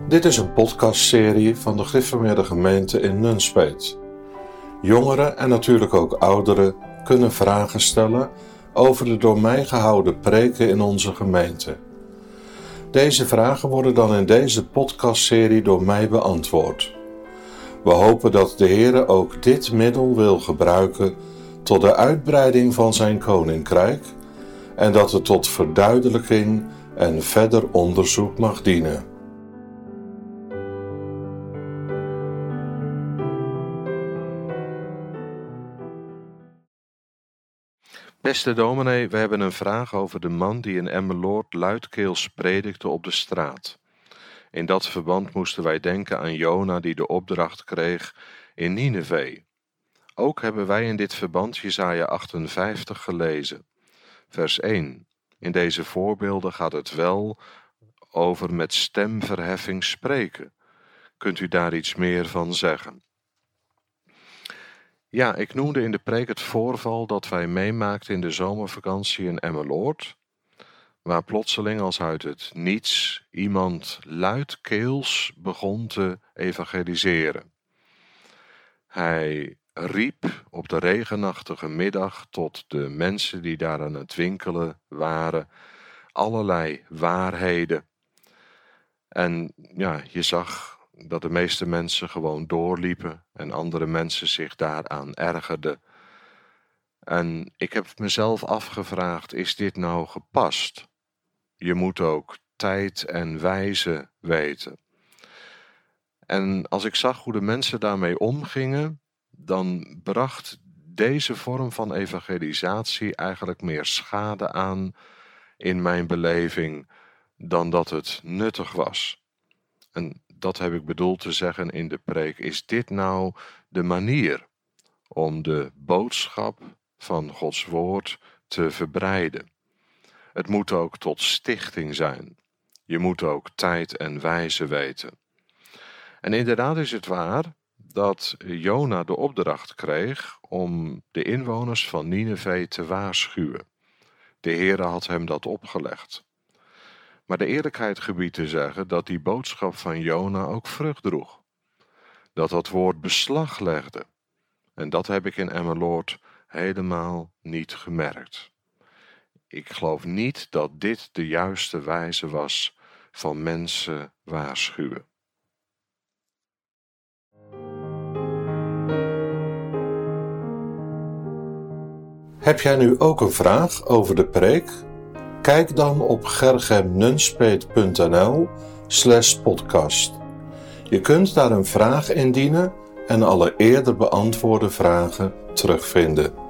Dit is een podcastserie van de Gereformeerde Gemeente in Nunspeet. Jongeren en natuurlijk ook ouderen kunnen vragen stellen over de door mij gehouden preken in onze gemeente. Deze vragen worden dan in deze podcastserie door mij beantwoord. We hopen dat de Heer ook dit middel wil gebruiken tot de uitbreiding van zijn koninkrijk en dat het tot verduidelijking en verder onderzoek mag dienen. Beste dominee, we hebben een vraag over de man die in Emmeloord luidkeels predikte op de straat. In dat verband moesten wij denken aan Jona die de opdracht kreeg in Nineve. Ook hebben wij in dit verband Jesaja 58 gelezen. Vers 1. In deze voorbeelden gaat het wel over met stemverheffing spreken. Kunt u daar iets meer van zeggen? Ja, ik noemde in de preek het voorval dat wij meemaakten in de zomervakantie in Emmeloord, waar plotseling als uit het niets iemand luidkeels begon te evangeliseren. Hij riep op de regenachtige middag tot de mensen die daar aan het winkelen waren allerlei waarheden. En ja, je zag dat de meeste mensen gewoon doorliepen en andere mensen zich daaraan ergerden. En ik heb mezelf afgevraagd, is dit nou gepast? Je moet ook tijd en wijze weten. En als ik zag hoe de mensen daarmee omgingen, dan bracht deze vorm van evangelisatie eigenlijk meer schade aan in mijn beleving dan dat het nuttig was. En dat heb ik bedoeld te zeggen in de preek. Is dit nou de manier om de boodschap van Gods woord te verbreiden? Het moet ook tot stichting zijn. Je moet ook tijd en wijze weten. En inderdaad is het waar dat Jona de opdracht kreeg om de inwoners van Nineve te waarschuwen. De Heere had hem dat opgelegd. Maar de eerlijkheid gebiedt te zeggen dat die boodschap van Jona ook vrucht droeg. Dat woord beslag legde. En dat heb ik in Emmeloord helemaal niet gemerkt. Ik geloof niet dat dit de juiste wijze was van mensen waarschuwen. Heb jij nu ook een vraag over de preek? Kijk dan op gergemnunspeet.nl/podcast. Je kunt daar een vraag indienen en alle eerder beantwoorde vragen terugvinden.